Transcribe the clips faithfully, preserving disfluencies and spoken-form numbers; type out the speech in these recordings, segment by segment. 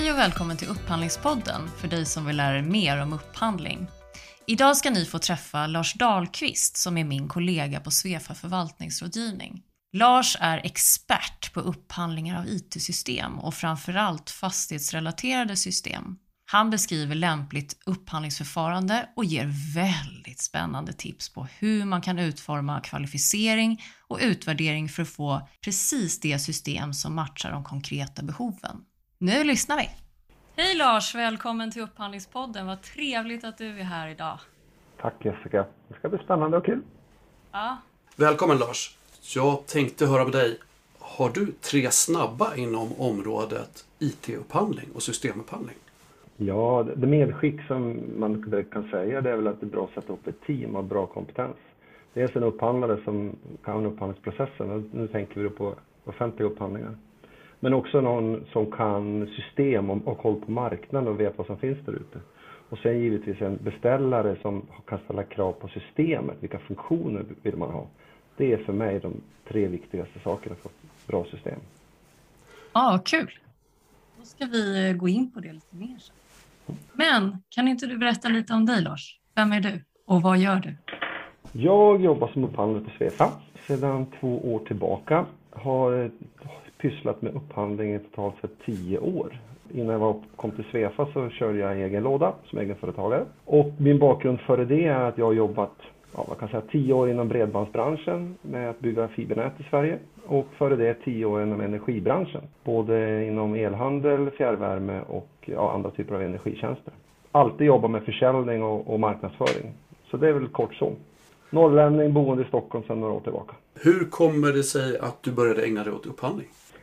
Hej och välkommen till Upphandlingspodden för dig som vill lära er mer om upphandling. Idag ska ni få träffa Lars Dahlqvist som är min kollega på Svefa förvaltningsrådgivning. Lars är expert på upphandlingar av I T-system och framförallt fastighetsrelaterade system. Han beskriver lämpligt upphandlingsförfarande och ger väldigt spännande tips på hur man kan utforma kvalificering och utvärdering för att få precis det system som matchar de konkreta behoven. Nu lyssnar vi! Hej Lars, välkommen till Upphandlingspodden. Vad trevligt att du är här idag. Tack Jessica, det ska bli spännande och kul. Ja. Välkommen Lars. Jag tänkte höra med dig. Har du tre snabba inom området I T-upphandling och systemupphandling? Ja, det medskick som man kan säga det är väl att det är bra att sätta upp ett team av bra kompetens. Dels en upphandlare som kan upphandlingsprocessen, nu tänker vi på offentliga upphandlingar. Men också någon som kan system och koll på marknaden och vet vad som finns där ute. Och sen givetvis en beställare som kan ställa krav på systemet, vilka funktioner vill man ha. Det är för mig de tre viktigaste sakerna för ett bra system. Ja, ah, kul. Då ska vi gå in på det lite mer sen. Men kan inte du berätta lite om dig Lars? Vem är du och vad gör du? Jag jobbar som upphandlare på Svefa sedan två år tillbaka. Har pysslat med upphandling i totalt för tio år. Innan jag kom till Svefa så körde jag egen låda som egenföretagare. Och min bakgrund före det är att jag har jobbat ja, man kan säga tio år inom bredbandsbranschen med att bygga fibernät i Sverige. Och före det tio år inom energibranschen. Både inom elhandel, fjärrvärme och ja, andra typer av energitjänster. Alltid jobbar med försäljning och, och marknadsföring. Så det är väl kort så. Norrlänning, boende i Stockholm sedan några år tillbaka. Hur kommer det sig att du började ägna dig åt upphandling?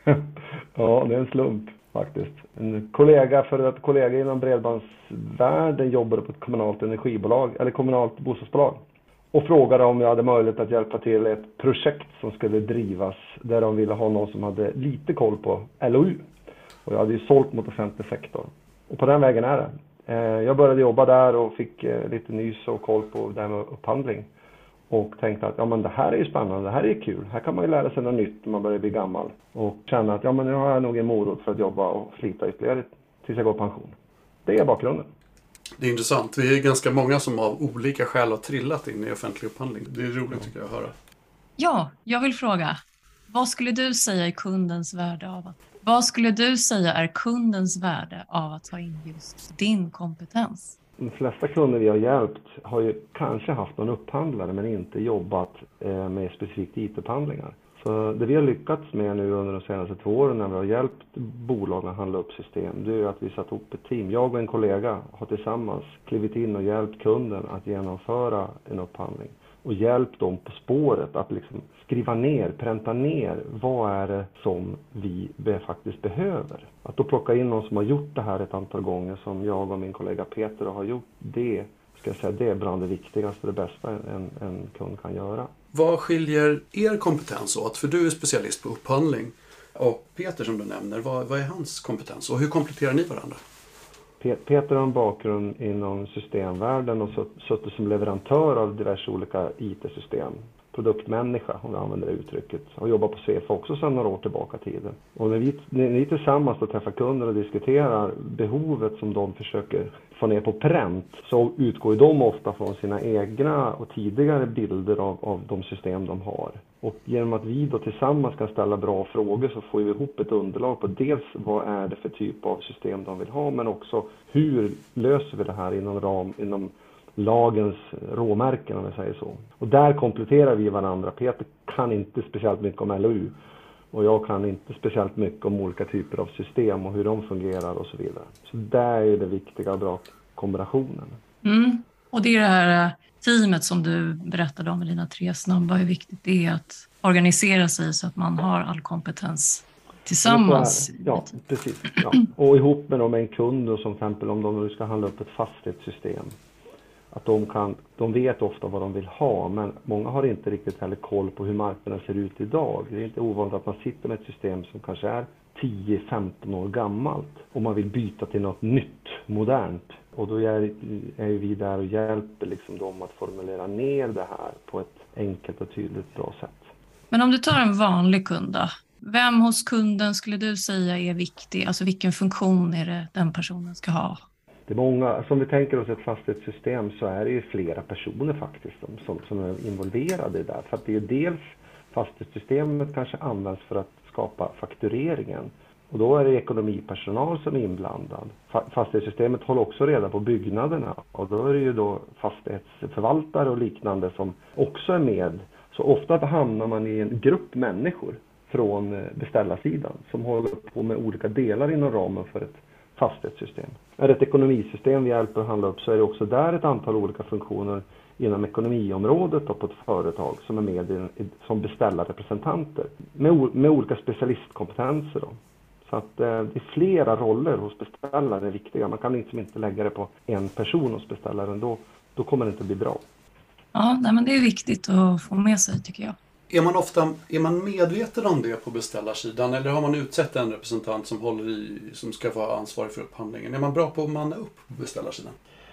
Ja, det är en slump faktiskt. En kollega, för att kollega inom bredbandsvärlden jobbade på ett kommunalt energibolag, eller kommunalt bostadsbolag. Och frågade om jag hade möjlighet att hjälpa till ett projekt som skulle drivas där de ville ha någon som hade lite koll på L O U. Och jag hade ju sålt mot offentlig sektor. Och på den vägen är det. Jag började jobba där och fick lite nys och koll på det här med upphandling. Och tänkte att ja, men det här är ju spännande, det här är kul. Här kan man ju lära sig något nytt när man börjar bli gammal. Och känna att ja, men nu har jag nog en morot för att jobba och slita ytterligare tills jag går i pension. Det är bakgrunden. Det är intressant. Vi är ganska många som av olika skäl har trillat in i offentlig upphandling. Det är roligt tycker jag att höra. Ja, jag vill fråga. Vad skulle du säga är kundens värde av att... Vad skulle du säga är kundens värde av att ta in just din kompetens? De flesta kunder vi har hjälpt har ju kanske haft någon upphandlare men inte jobbat med specifikt I T-upphandlingar. Så det vi har lyckats med nu under de senaste två åren när vi har hjälpt bolagen att handla upp system, det är att vi satt ihop ett team. Jag och en kollega har tillsammans klivit in och hjälpt kunden att genomföra en upphandling. Och hjälpt dem på spåret att liksom skriva ner, pränta ner vad är det som vi faktiskt behöver. Att då plocka in någon som har gjort det här ett antal gånger som jag och min kollega Peter har gjort, det ska jag säga, det är bland det viktigaste och det bästa en, en kund kan göra. Vad skiljer er kompetens åt? För du är specialist på upphandling och Peter som du nämner, vad, vad är hans kompetens och hur kompletterar ni varandra? Peter har en bakgrund inom systemvärlden och suttit som leverantör av diverse olika I T-system. Produktmänniska, om jag använder det uttrycket. Och jobbar på Svefa också sedan några år tillbaka tiden. Och när vi, när vi tillsammans då träffar kunder och diskuterar behovet som de försöker få ner på pränt, så utgår de ofta från sina egna och tidigare bilder av, av de system de har. Och genom att vi då tillsammans kan ställa bra frågor så får vi ihop ett underlag på dels vad är det för typ av system de vill ha, men också hur löser vi det här inom ram, inom lagens råmärken om jag säger så. Och där kompletterar vi varandra. Peter kan inte speciellt mycket om L O U och jag kan inte speciellt mycket om olika typer av system och hur de fungerar och så vidare. Så där är det viktiga och bra kombinationen. Mm. Och det är det här teamet som du berättade om i dina tre snabba, hur viktigt det är att organisera sig så att man har all kompetens tillsammans. Ja, precis. Ja. Och ihop med dem en kund och som till exempel om de ska handla upp ett fastighetssystem. Att de, kan, de vet ofta vad de vill ha, men många har inte riktigt heller koll på hur marknaden ser ut idag. Det är inte ovanligt att man sitter med ett system som kanske är tio femton år gammalt och man vill byta till något nytt, modernt. Och då är, är vi där och hjälper liksom dem att formulera ner det här på ett enkelt och tydligt bra sätt. Men om du tar en vanlig kund då, Vem hos kunden skulle du säga är viktig? Alltså vilken funktion är det den personen ska ha? Det är många, som vi tänker oss ett fastighetssystem så är det ju flera personer faktiskt som, som, som är involverade i det. För att det är dels fastighetssystemet kanske används för att skapa faktureringen. Och då är det ekonomipersonal som är inblandad. Fastighetssystemet håller också reda på byggnaderna. Och då är det ju då fastighetsförvaltare och liknande som också är med. Så ofta hamnar man i en grupp människor från beställarsidan som håller på med olika delar inom ramen för ett fastighetssystem. Är det ett ekonomisystem vi hjälper att handla upp så är det också där ett antal olika funktioner inom ekonomiområdet och på ett företag som är med i, som beställarrepresentanter med, med olika specialistkompetenser då. Så att eh, det är flera roller hos beställaren är viktiga. Man kan liksom inte lägga det på en person hos beställaren. Då, då kommer det inte bli bra. Ja, nej, men det är viktigt att få med sig tycker jag. Är man ofta är man medveten om det på beställarsidan eller har man utsett en representant som håller i som ska vara ansvarig för upphandlingen? Är man bra på att manna upp på beställarsidan?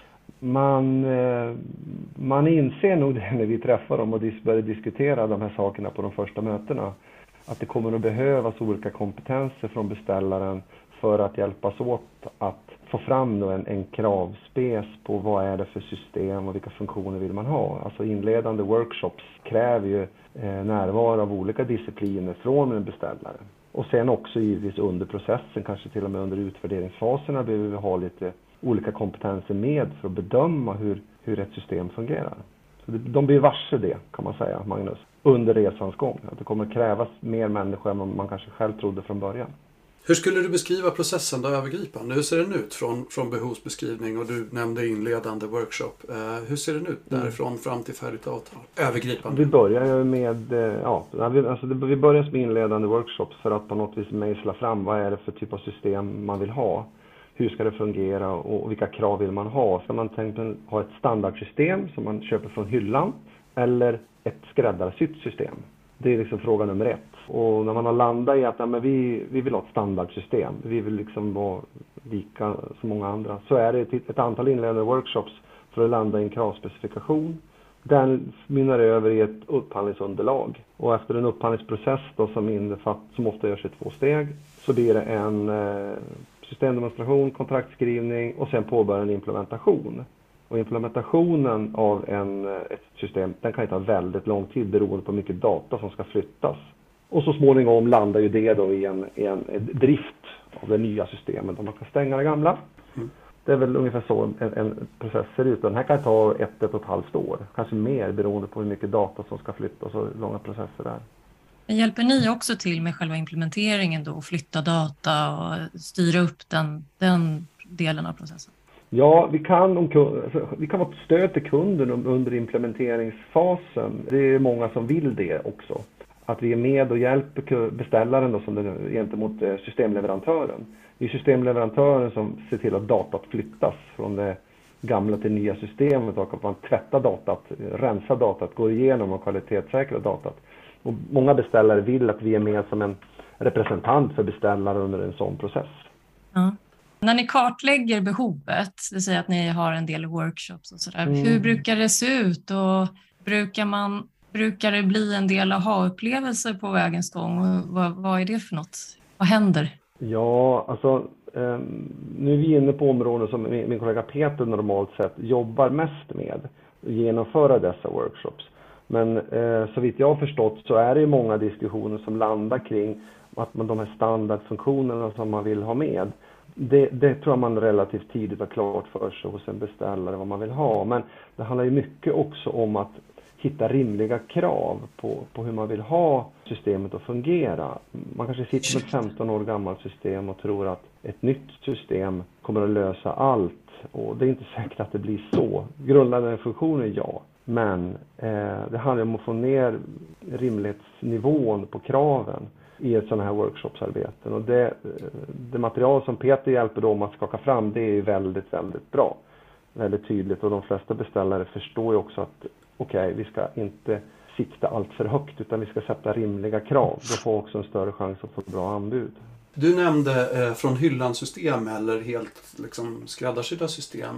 Man, eh, man inser nog det när vi träffar dem och börjar diskutera de här sakerna på de första mötena. Att det kommer att behövas olika kompetenser från beställaren för att hjälpas åt att få fram då en, en kravspec på vad är det för system och vilka funktioner vill man ha. Alltså inledande workshops kräver ju eh, närvaro av olika discipliner från en beställare. Och sen också givetvis under processen, kanske till och med under utvärderingsfaserna behöver vi ha lite olika kompetenser med för att bedöma hur, hur ett system fungerar. Så det, de blir varse det kan man säga, Magnus, under resans gång. Att det kommer krävas mer människor än man kanske själv trodde från början. Hur skulle du beskriva processen då övergripande? Hur ser den ut från, från behovsbeskrivning och du nämnde inledande workshop. Eh, hur ser den ut därifrån fram till färdigt avtal? Övergripande. Vi börjar med, ja, alltså vi börjar med inledande workshops för att på något vis mejsla fram vad är det för typ av system man vill ha. Hur ska det fungera och vilka krav vill man ha? Ska man tänka ha ett standardsystem som man köper från hyllan eller ett skräddarsytt system? Det är liksom fråga nummer ett. Och när man har landat i att ja, men vi, vi vill ha ett standardsystem, vi vill liksom vara lika som många andra, så är det ett, ett antal inledande workshops för att landa i en kravspecifikation. Den mynnar över i ett upphandlingsunderlag. Och efter en upphandlingsprocess då, som, innefatt, som ofta görs i två steg, så blir det en eh, systemdemonstration, kontraktskrivning och sen påbörjar en implementation. Och implementationen av en, ett system den kan ta väldigt lång tid beroende på hur mycket data som ska flyttas. Och så småningom landar ju det då i en, i en drift av det nya systemet om man kan stänga det gamla. Mm. Det är väl ungefär så en, en process ser ut. Den här kan ta ett, ett och ett halvt år. Kanske mer beroende på hur mycket data som ska flyttas och långa processer där. Men hjälper ni också till med själva implementeringen då? Flytta data och styra upp den, den delen av processen? Ja, vi kan, om, vi kan vara ett stöd till kunden under implementeringsfasen. Det är många som vill det också. Att vi är med och hjälper beställaren då, som det, gentemot systemleverantören. Det är systemleverantören som ser till att datat flyttas från det gamla till nya systemet och att man tvättar datat, rensar datat, går igenom och kvalitetssäkrar datat. Och många beställare vill att vi är med som en representant för beställare under en sån process. Ja. När ni kartlägger behovet, det säger att ni har en del workshops och sådär. Mm. Hur brukar det se ut och brukar, man, brukar det bli en del aha-upplevelser på vägens gång? Och vad, vad är det för något? Vad händer? Ja, alltså eh, nu är vi inne på områden som min, min kollega Peter normalt sett jobbar mest med. Genomföra dessa workshops. Men eh, så vitt jag har förstått så är det många diskussioner som landar kring att man, de här standardfunktionerna som man vill ha med. Det, det tror jag man relativt tidigt har klart för sig hos en beställare vad man vill ha. Men det handlar ju mycket också om att hitta rimliga krav på, på hur man vill ha systemet att fungera. Man kanske sitter med ett femton år gammalt system och tror att ett nytt system kommer att lösa allt. Och det är inte säkert att det blir så. Grundläggande funktioner, ja. Men eh, det handlar om att få ner rimlighetsnivån på kraven i ett sådant här workshopsarbete. Och det, det material som Peter hjälper dem att skaka fram, det är väldigt, väldigt bra. Väldigt tydligt och de flesta beställare förstår ju också att okej, okay, vi ska inte sikta allt för högt utan vi ska sätta rimliga krav. Då får också en större chans att få ett bra anbud. Du nämnde eh, från hyllan-system eller helt liksom, skräddarsydda system.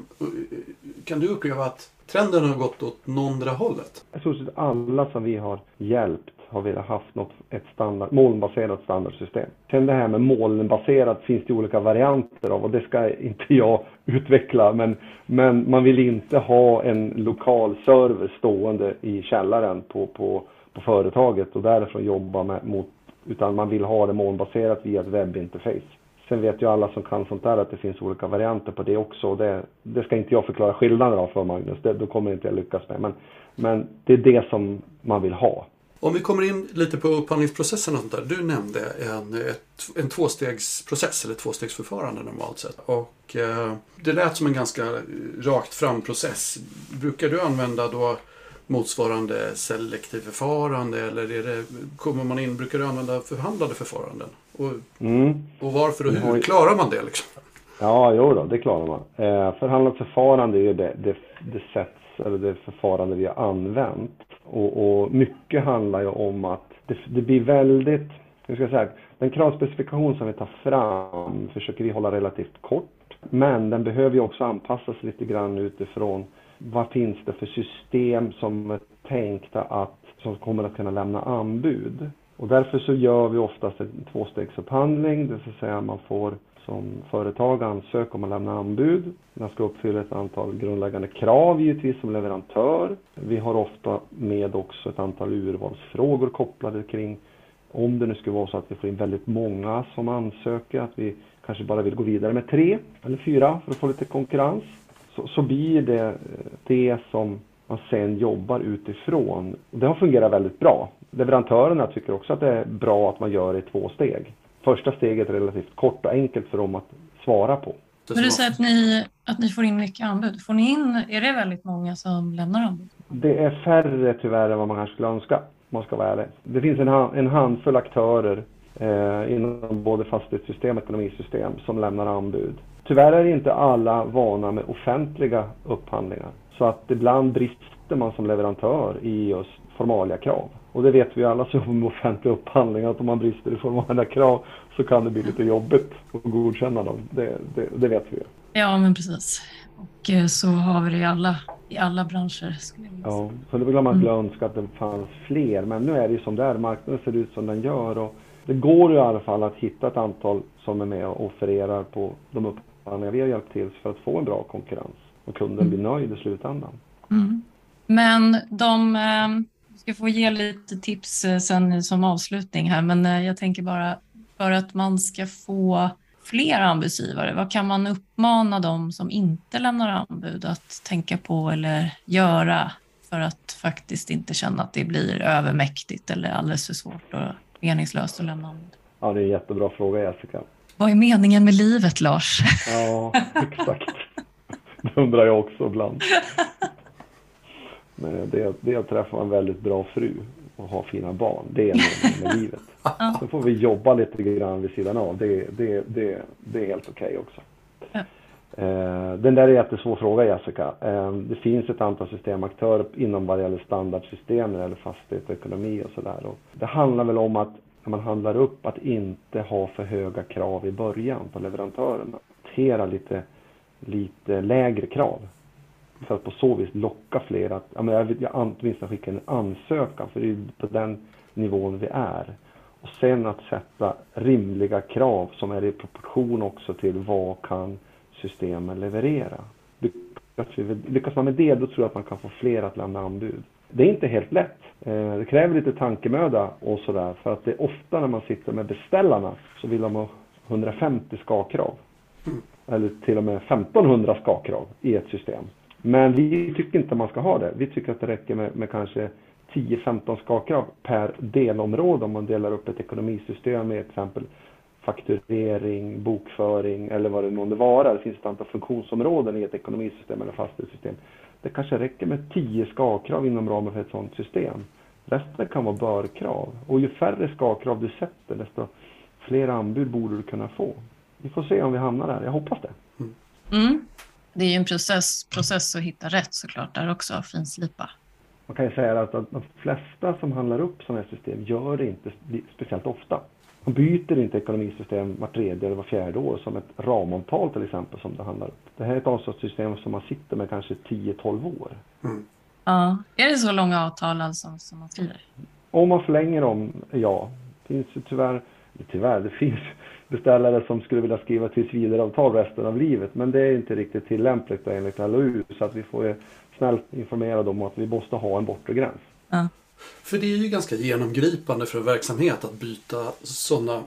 Kan du uppleva att trenden har gått åt någondera hållet? Jag tror att alla som vi har hjälpt har velat haft något, ett standard, molnbaserat standardsystem. Sen det här med molnbaserat finns det olika varianter av och det ska inte jag utveckla. Men, men man vill inte ha en lokal server stående i källaren på, på, på företaget och därifrån jobba med, mot, utan man vill ha det molnbaserat via ett webbinterface. Sen vet ju alla som kan sånt där att det finns olika varianter på det också. Och det, det ska inte jag förklara skillnaden av för Magnus. Det, då kommer inte jag lyckas med. Men, men det är det som man vill ha. Om vi kommer in lite på upphandlingsprocessen och sånt där. Du nämnde en, ett, en tvåstegsprocess eller tvåstegsförfarande normalt sett. Och eh, det lät som en ganska rakt fram process. Brukar du använda då motsvarande selektiv förfarande eller är det, kommer man in, brukar du använda förhandlade förfaranden? Och, mm. och varför och hur har... klarar man det liksom? Ja, jo då, det klarar man. Eh, förhandlat förfarande är ju det, det, det sätts, eller det förfarande vi har använt. Och, och mycket handlar ju om att det, det blir väldigt, hur ska jag säga, den kravspecifikation som vi tar fram försöker vi hålla relativt kort. Men den behöver ju också anpassas lite grann utifrån vad finns det för system som är tänkta att, som kommer att kunna lämna anbud. Och därför så gör vi oftast en tvåstegsupphandling, det vill säga man får som företag ansöka om att lämna anbud. Man ska uppfylla ett antal grundläggande krav givetvis som leverantör. Vi har ofta med också ett antal urvalsfrågor kopplade kring om det nu skulle vara så att vi får in väldigt många som ansöker, att vi kanske bara vill gå vidare med tre eller fyra för att få lite konkurrens. Så, så blir det det som man sen jobbar utifrån. Det har fungerat väldigt bra. Leverantörerna tycker också att det är bra att man gör det i två steg. Första steget är relativt kort och enkelt för dem att svara på. Men du säger att ni, att ni får in mycket anbud. Får ni in, är det väldigt många som lämnar anbud? Det är färre tyvärr än vad man kanske skulle önska. Man ska vara ärlig. Det finns en, en handfull aktörer eh, inom både fastighetssystem och ekonomisystem som lämnar anbud. Tyvärr är inte alla vana med offentliga upphandlingar. Så att ibland brister man som leverantör i just formalia krav. Och det vet vi alla som jobbar med offentliga upphandlingar, att om man brister i formalia krav så kan det bli lite jobbigt att godkänna dem. Det, det, det vet vi ju. Ja, men precis. Och så har vi det i alla, i alla branscher. Ja, så det vill man skulle mm. önska att det fanns fler. Men nu är det ju som det är. Marknaden ser ut som den gör. Och det går ju i alla fall att hitta ett antal som är med och offererar på de upphandlingar vi har hjälpt till för att få en bra konkurrens. Och kunden mm. blir nöjd i slutändan. Mm. Men de... Jag ska få ge lite tips sen som avslutning här, men jag tänker bara för att man ska få fler anbudsgivare, vad kan man uppmana dem som inte lämnar anbud att tänka på eller göra för att faktiskt inte känna att det blir övermäktigt eller alldeles för svårt och meningslöst att lämna anbud? Ja, det är en jättebra fråga, Jessica. Vad är meningen med livet, Lars? Ja, exakt. Det undrar jag också ibland. Men det, det är att träffa en väldigt bra fru och ha fina barn. Det är meningen med livet. Så får vi jobba lite grann vid sidan av. Det, det, det, det är helt okej okay också. Ja. Eh, den där är en jättesvår fråga, Jessica. Eh, det finns ett antal systemaktörer inom vad gäller standardsystem eller fastighet och ekonomi och sådär. Det handlar väl om att när man handlar upp att inte ha för höga krav i början på leverantörerna. Hantera lite, lite lägre krav. För att på så vis locka fler att, ja, men jag vill åtminstone skicka en ansökan, för det är på den nivån vi är. Och sen att sätta rimliga krav som är i proportion också till vad kan systemen leverera. Lyckas, vi, lyckas man med det, då tror jag att man kan få fler att lämna anbud. Det är inte helt lätt. Det kräver lite tankemöda och sådär, för att det är ofta när man sitter med beställarna så vill de ha hundrafemtio skakkrav. Eller till och med femtonhundra skakkrav i ett system. Men vi tycker inte man ska ha det. Vi tycker att det räcker med, med kanske tio femton skakkrav per delområde om man delar upp ett ekonomisystem med exempel fakturering, bokföring eller vad det månde vara. Det finns ett antal funktionsområden i ett ekonomisystem eller fastighetssystem. Det kanske räcker med tio skakkrav inom ramen för ett sådant system. Resten kan vara börkrav. Och ju färre skakkrav du sätter, desto fler anbud borde du kunna få. Vi får se om vi hamnar där. Jag hoppas det. Mm. Mm. Det är ju en process, process att hitta rätt såklart där också, finslipa. Man kan ju säga att de flesta som handlar upp sådana här system gör det inte speciellt ofta. Man byter inte ekonomisystem var tredje eller var fjärde år som ett ramavtal till exempel som det handlar upp. Det här är ett avtalssystem som man sitter med kanske tio tolv år. Mm. Ja, är det så långa avtal alltså som man skriver? Om man förlänger dem, ja. Det finns ju tyvärr, tyvärr, det finns beställare som skulle vilja skriva tills vidare avtal resten av livet. Men det är inte riktigt tillämpligt enligt L O U. Så att vi får snällt informera dem om att vi måste ha en bortre gräns. Ja. För det är ju ganska genomgripande för en verksamhet att byta sådana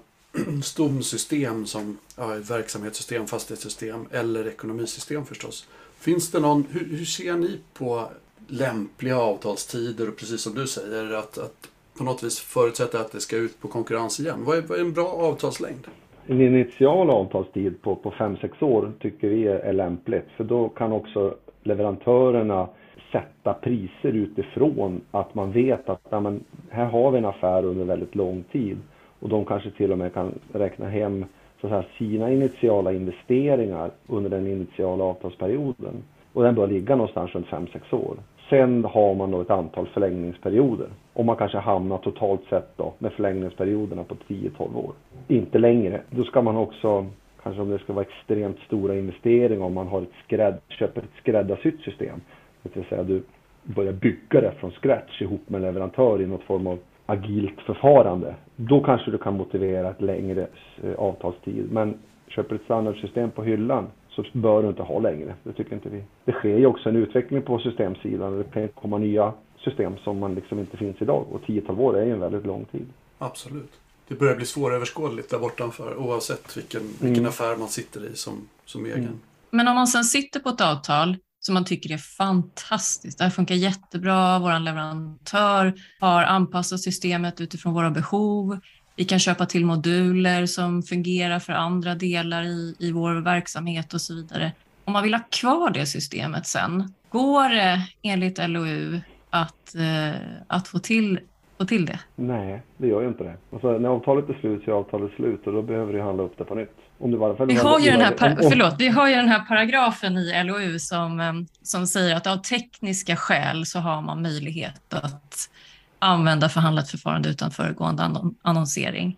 stomsystem som ja, verksamhetssystem, fastighetssystem eller ekonomisystem förstås. Finns det någon, hur, hur ser ni på lämpliga avtalstider och precis som du säger att, att på något vis förutsätta att det ska ut på konkurrens igen? Vad är, vad är en bra avtalslängd? En initial avtalstid på, på fem sex år tycker vi är, är lämpligt. För då kan också leverantörerna sätta priser utifrån att man vet att ja, men här har vi en affär under väldigt lång tid. Och de kanske till och med kan räkna hem så att säga, sina initiala investeringar under den initiala avtalsperioden. Och den bör ligga någonstans runt fem sex år. Sen har man då ett antal förlängningsperioder. Och man kanske hamnar totalt sett då med förlängningsperioderna på tio tolv år. Inte längre. Då ska man också, kanske om det ska vara extremt stora investeringar, om man har ett skrädd, köper ett skräddarsytt system. Det vill säga du börjar bygga det från scratch ihop med en leverantör i något form av agilt förfarande. Då kanske du kan motivera ett längre avtalstid. Men köper ett standardsystem på hyllan så bör du inte ha längre. Det tycker inte vi. Det sker ju också en utveckling på systemsidan. Det kan komma nya system som man liksom inte finns idag. Och tio tolv år är ju en väldigt lång tid. Absolut. Det börjar bli svåröverskådligt där bortanför oavsett vilken, vilken mm. affär man sitter i som, som egen. Mm. Men om man sen sitter på ett avtal som man tycker är fantastiskt. Det här funkar jättebra. Vår leverantör har anpassat systemet utifrån våra behov. Vi kan köpa till moduler som fungerar för andra delar i, i vår verksamhet och så vidare. Om man vill ha kvar det systemet sen, går det enligt L O U att, eh, att få, till, få till det? Nej, det gör ju inte det. Alltså, när avtalet är slut så är avtalet slut och då behöver du handla upp det på nytt. Om du bara, för vi, har ju den här, par- förlåt, vi har ju den här paragrafen i L O U som, som säger att av tekniska skäl så har man möjlighet att använda förhandlat förfarande utan föregående annon- annonsering.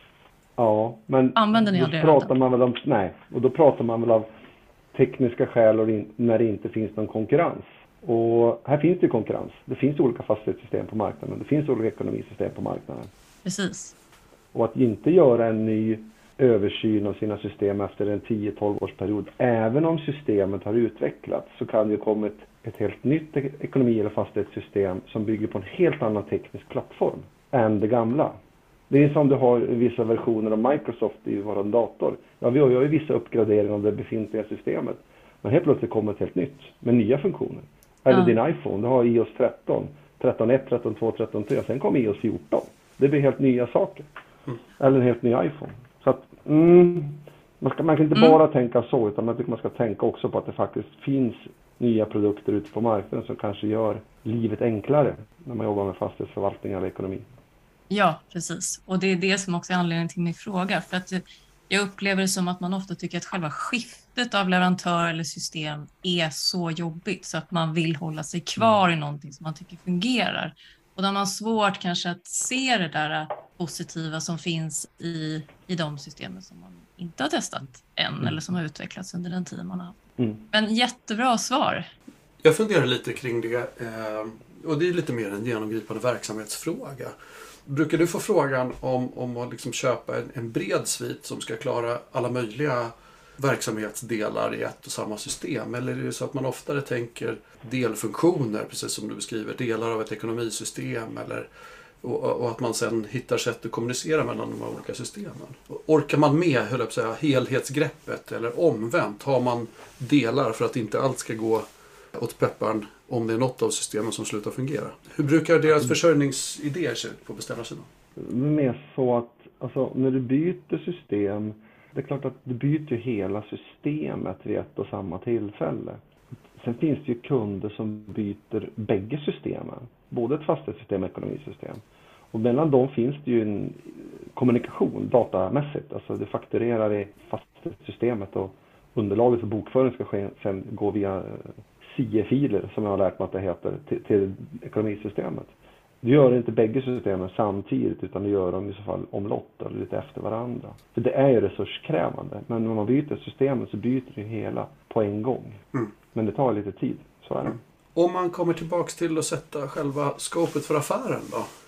Ja, men använder ni då aldrig pratar man väl om, nej, och då pratar man väl av tekniska skäl och in, när det inte finns någon konkurrens. Och här finns det konkurrens. Det finns olika fastighetssystem på marknaden. Det finns olika ekonomisystem på marknaden. Precis. Och att inte göra en ny översyn av sina system efter en tio tolv års period. Även om systemet har utvecklats så kan det komma ett, ett helt nytt ekonomi- eller fastighetssystem som bygger på en helt annan teknisk plattform än det gamla. Det är som du har vissa versioner av Microsoft i vår dator. Ja, vi har ju vissa uppgraderingar av det befintliga systemet. Men helt plötsligt kommer ett helt nytt med nya funktioner. Eller ja. Din iPhone, du har i O S tretton, tretton ett, tretton två, tretton tre. Sen kommer i O S fjorton. Det blir helt nya saker. Mm. Eller en helt ny iPhone. Så att, mm, man, ska, man kan inte mm. bara tänka så, utan jag tycker man ska tänka också på att det faktiskt finns nya produkter ute på marknaden som kanske gör livet enklare när man jobbar med fastighetsförvaltning eller ekonomi. Ja, precis. Och det är det som också är anledningen till min fråga. För att jag upplever det som att man ofta tycker att själva skiftet av leverantör eller system är så jobbigt så att man vill hålla sig kvar i någonting som man tycker fungerar. Och då har man svårt kanske att se det där positiva som finns i, i de systemen som man inte har testat än mm. eller som har utvecklats under den tiden man har haft. Mm. Men jättebra svar. Jag funderar lite kring det och det är lite mer en genomgripande verksamhetsfråga. Brukar du få frågan om, om att liksom köpa en, en bred svit som ska klara alla möjliga verksamhetsdelar i ett och samma system? Eller är det så att man oftare tänker delfunktioner, precis som du beskriver, delar av ett ekonomisystem eller, och, och att man sen hittar sätt att kommunicera mellan de olika systemen? Orkar man med, höll jag på att säga, helhetsgreppet eller omvänt? Har man delar för att inte allt ska gå åt pepparn om det är något av systemen som slutar fungera? Hur brukar deras försörjningsidéer se ut på beställarsidan? Mer så att alltså, när du byter system, det är klart att du byter hela systemet vid ett och samma tillfälle. Sen finns det ju kunder som byter bägge systemen, både ett fastighetssystem och ett ekonomisystem. Och mellan dem finns det ju en kommunikation datamässigt, alltså du fakturerar i fastighetssystemet och underlaget för bokföring ska ske, sen gå via C I E-filer som jag har lärt mig att det heter till, till ekonomisystemet. Du gör inte bägge systemen samtidigt utan du gör dem i så fall omlott eller lite efter varandra. För det är ju resurskrävande, men när man byter systemet så byter du hela på en gång. Mm. Men det tar lite tid, så är det. Om man kommer tillbaks till att sätta själva skopet för affären då.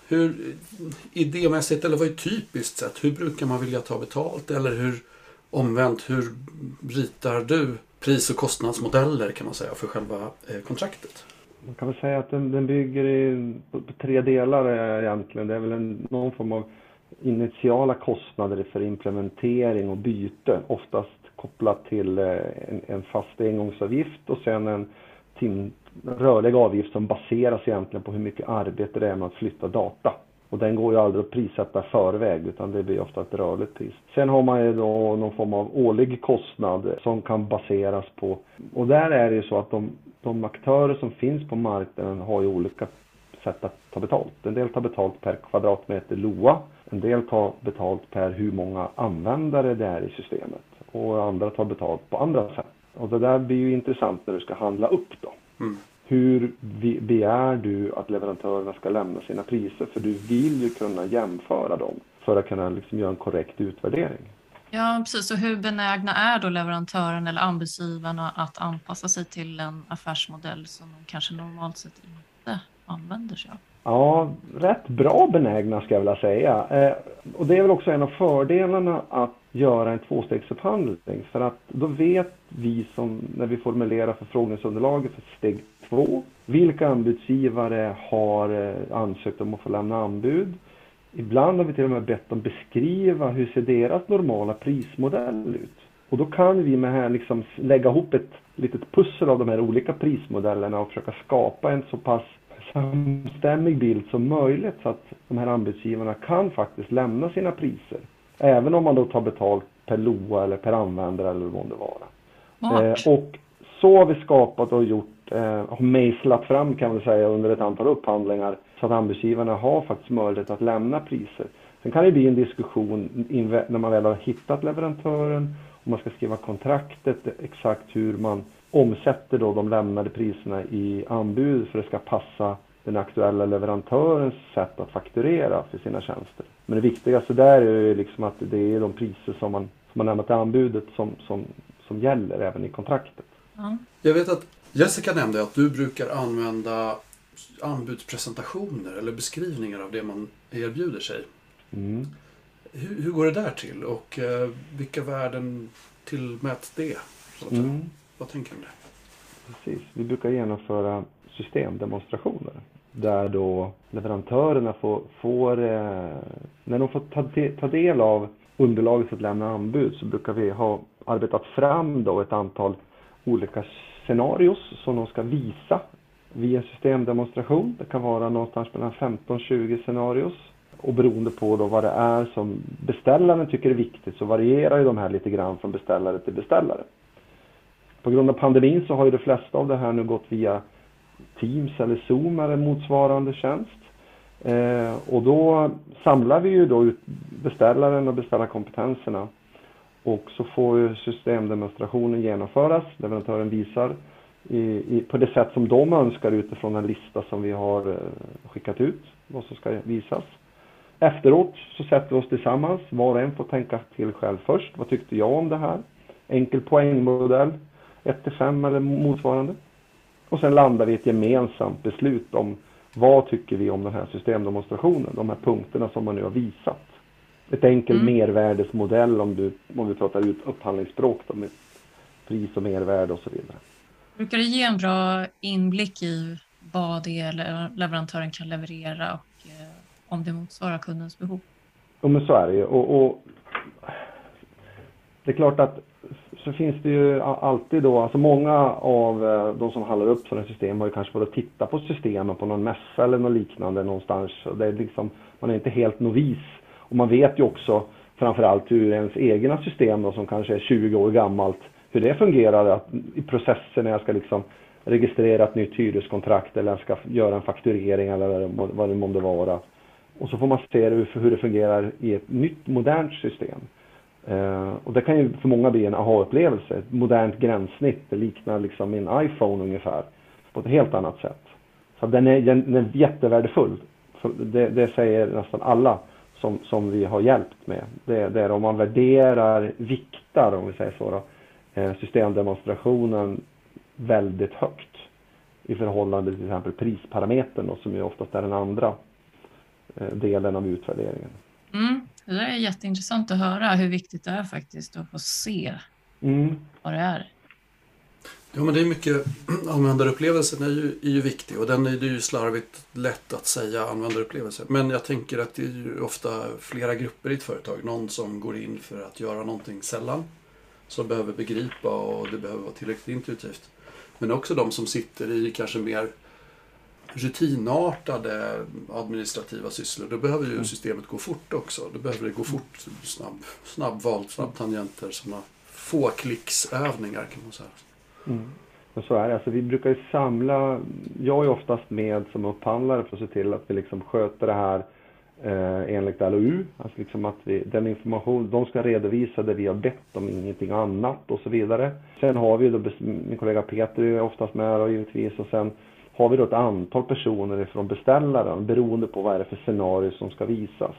Hur idémässigt, eller vad är typiskt sett, hur brukar man vilja ta betalt? Eller hur omvänt, hur ritar du pris- och kostnadsmodeller kan man säga för själva eh, kontraktet? Man kan väl säga att den, den bygger i, på, på tre delar egentligen. Det är väl en, någon form av initiala kostnader för implementering och byte. Oftast kopplat till en, en fast engångsavgift och sen en tim, rörlig avgift som baseras egentligen på hur mycket arbete det är med att flytta data. Och den går ju aldrig att prissätta förväg utan det blir ofta ett rörligt pris. Sen har man ju då någon form av årlig kostnad som kan baseras på. Och där är det ju så att de, de aktörer som finns på marknaden har ju olika sätt att ta betalt. En del tar betalt per kvadratmeter L O A. En del tar betalt per hur många användare det är i systemet. Och andra tar betalt på andra sätt. Och det där blir ju intressant när du ska handla upp då. Mm. Hur begär du att leverantörerna ska lämna sina priser? För du vill ju kunna jämföra dem för att kunna liksom göra en korrekt utvärdering. Ja, precis. Och hur benägna är då leverantören eller anbudsgivarna att anpassa sig till en affärsmodell som de kanske normalt sett inte använder sig av? Ja, rätt bra benägna ska jag vilja säga. Eh, och det är väl också en av fördelarna att göra en tvåstegsupphandling. För att då vet vi som när vi formulerar förfrågningsunderlaget för steg två. Vilka anbudsgivare har ansökt om att få lämna anbud? Ibland har vi till och med bett dem beskriva hur ser deras normala prismodell ut. Och då kan vi med här liksom lägga ihop ett litet pussel av de här olika prismodellerna och försöka skapa en så pass samstämmig bild som möjligt så att de här anbudsgivarna kan faktiskt lämna sina priser. Även om man då tar betalt per L O A eller per användare eller vad det vara. Eh, och så har vi skapat och gjort, eh, har mejslat fram kan man säga under ett antal upphandlingar så att anbudsgivarna har faktiskt möjlighet att lämna priser. Sen kan det bli en diskussion när man väl har hittat leverantören och man ska skriva kontraktet exakt hur man omsätter då de lämnade priserna i anbud för att det ska passa den aktuella leverantörens sätt att fakturera för sina tjänster. Men det viktigaste där är ju liksom att det är de priser som man, som man lämnat i anbudet som, som, som gäller även i kontraktet. Mm. Jag vet att Jessica nämnde att du brukar använda anbudspresentationer eller beskrivningar av det man erbjuder sig. Mm. Hur, hur går det där till och eh, vilka värden tillmäts det? Så att Mm. Vad tänker du om det? Precis. Vi brukar genomföra systemdemonstrationer där då leverantörerna får, får eh, när de får ta, de, ta del av underlaget för att lämna anbud så brukar vi ha arbetat fram då ett antal olika scenarios som de ska visa via systemdemonstration. Det kan vara någonstans mellan femton tjugo scenarios. Och beroende på då vad det är som beställaren tycker är viktigt så varierar ju de här lite grann från beställare till beställare. På grund av pandemin så har ju de flesta av det här nu gått via Teams eller Zoom eller motsvarande tjänst. Eh, och då samlar vi ju då ut beställaren och beställarkompetenserna. Och så får ju systemdemonstrationen genomföras. Leverantören visar i, i, på det sätt som de önskar utifrån en lista som vi har eh, skickat ut. Vad som ska visas. Efteråt så sätter vi oss tillsammans. Var och en får tänka till själv först. Vad tyckte jag om det här? Enkel poängmodell. ett till fem eller motsvarande. Och sen landar vi i ett gemensamt beslut om vad tycker vi om den här systemdemonstrationen. De här punkterna som man nu har visat. Ett enkel mm. mervärdesmodell om du om vi pratar ut upphandlingsspråk då, med pris och mervärde och så vidare. Brukar det ge en bra inblick i vad det är leverantören kan leverera och eh, om det motsvarar kundens behov? Ja, men så är det ju. Och, och det är klart att så finns det ju alltid då, alltså många av de som handlar upp sådana system har ju kanske varit att titta på systemen på någon mässa eller något liknande någonstans. Och det är liksom, man är inte helt novis. Och man vet ju också framförallt hur ens egna system då, som kanske är tjugo år gammalt, hur det fungerar att, i processen när jag ska liksom registrera ett nytt hyreskontrakt eller jag ska göra en fakturering eller vad det måste vara. Och så får man se hur det fungerar i ett nytt modernt system. Uh, och det kan ju för många bli en aha-upplevelse. Ett modernt gränssnitt, det liknar liksom min iPhone ungefär. På ett helt annat sätt. Så den är, den är jättevärdefull. För det, det säger nästan alla som, som vi har hjälpt med. Det, det är om man värderar, viktar om vi säger så då, systemdemonstrationen väldigt högt. I förhållande till exempel prisparametern då, som ju oftast är den andra delen av utvärderingen. Mm. Det är jätteintressant att höra hur viktigt det är faktiskt att få se mm. vad det är. Ja, men det är mycket, användarupplevelsen är ju, är ju viktig och den är det ju slarvigt lätt att säga användarupplevelse. Men jag tänker att det är ju ofta flera grupper i ett företag. Någon som går in för att göra någonting sällan, som behöver begripa och det behöver vara tillräckligt intuitivt. Men också de som sitter i kanske mer rutinartade administrativa sysslor. Då behöver ju systemet gå fort också. Då behöver det gå fort, snabb, snabbval, snabbtangenter, sådana få klicksövningar kan man säga. Mm. Och så är det. Alltså, vi brukar ju samla, jag är oftast med som upphandlare för att se till att vi liksom sköter det här eh, enligt L O U. Alltså liksom att vi, den information, de ska redovisa det vi har bett om, ingenting annat och så vidare. Sen har vi då, min kollega Peter är oftast med och givetvis, och sen har vi då ett antal personer från beställaren beroende på vad är det för scenario som ska visas.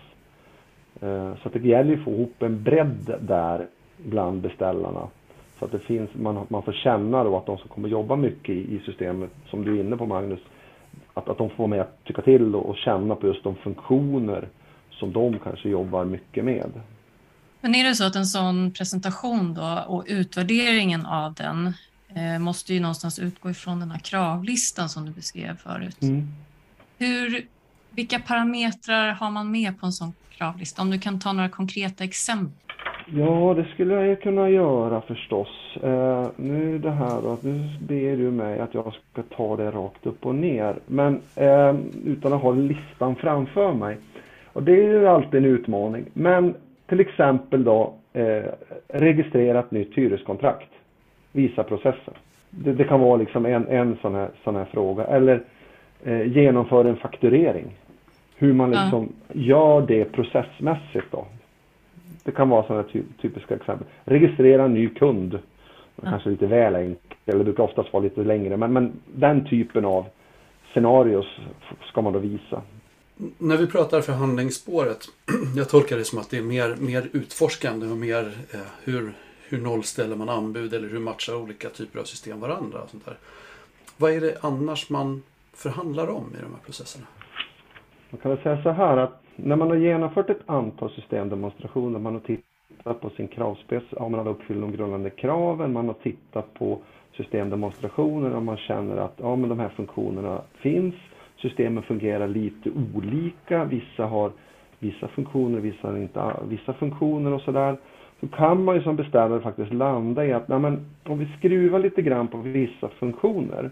Eh, så att det gäller ju att få ihop en bredd där bland beställarna. Så att det finns, man, man får känna då att de som kommer jobba mycket i, i systemet, som du är inne på Magnus, att, att de får vara med att tycka till och, och känna på just de funktioner som de kanske jobbar mycket med. Men är det så att en sån presentation då och utvärderingen av den eh, måste ju någonstans utgå ifrån den här kravlistan som du beskrev förut. Mm. Hur, vilka parametrar har man med på en sån kravlista? Om du kan ta några konkreta exempel. Ja, det skulle jag ju kunna göra förstås. Eh, nu det här då, nu ber du mig att jag ska ta det rakt upp och ner. Men eh, utan att ha listan framför mig. Och det är ju alltid en utmaning. Men till exempel då, eh, registrera ett nytt hyreskontrakt. Visa processen. Det, det kan vara liksom en, en sån, här, sån här fråga. Eller eh, genomföra en fakturering. Hur man liksom ja. gör det processmässigt då. Det kan vara sådana ty- typiska exempel. Registrera en ny kund. Ja. Kanske lite väl enkelt. Eller det brukar oftast vara lite längre. Men, men den typen av scenarios ska man då visa. När vi pratar förhandlingsspåret. Jag tolkar det som att det är mer, mer utforskande och mer eh, hur, hur nollställer man anbud. Eller hur matchar olika typer av system varandra. Och sånt där. Vad är det annars man förhandlar om i de här processerna? Man kan väl säga så här att när man har genomfört ett antal systemdemonstrationer, man har tittat på sin kravspec, ja, man har uppfyllt de grundläggande kraven, man har tittat på systemdemonstrationer och man känner att ja, men de här funktionerna finns, systemen fungerar lite olika, vissa har vissa funktioner, vissa har inte vissa funktioner och sådär. Så kan man ju som beställare faktiskt landa i att nej, men om vi skruvar lite grann på vissa funktioner,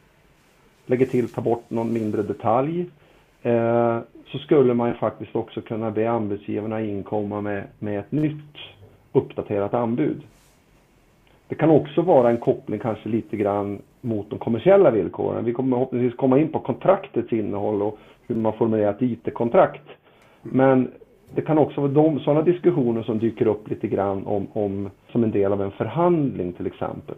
lägger till, ta bort någon mindre detalj, eh, så skulle man ju faktiskt också kunna be anbudsgivarna inkomma med, med ett nytt uppdaterat anbud. Det kan också vara en koppling kanske lite grann mot de kommersiella villkoren. Vi kommer förhoppningsvis komma in på kontraktets innehåll och hur man formulerar ett I T-kontrakt. Men det kan också vara de, sådana diskussioner som dyker upp lite grann om, om, som en del av en förhandling till exempel.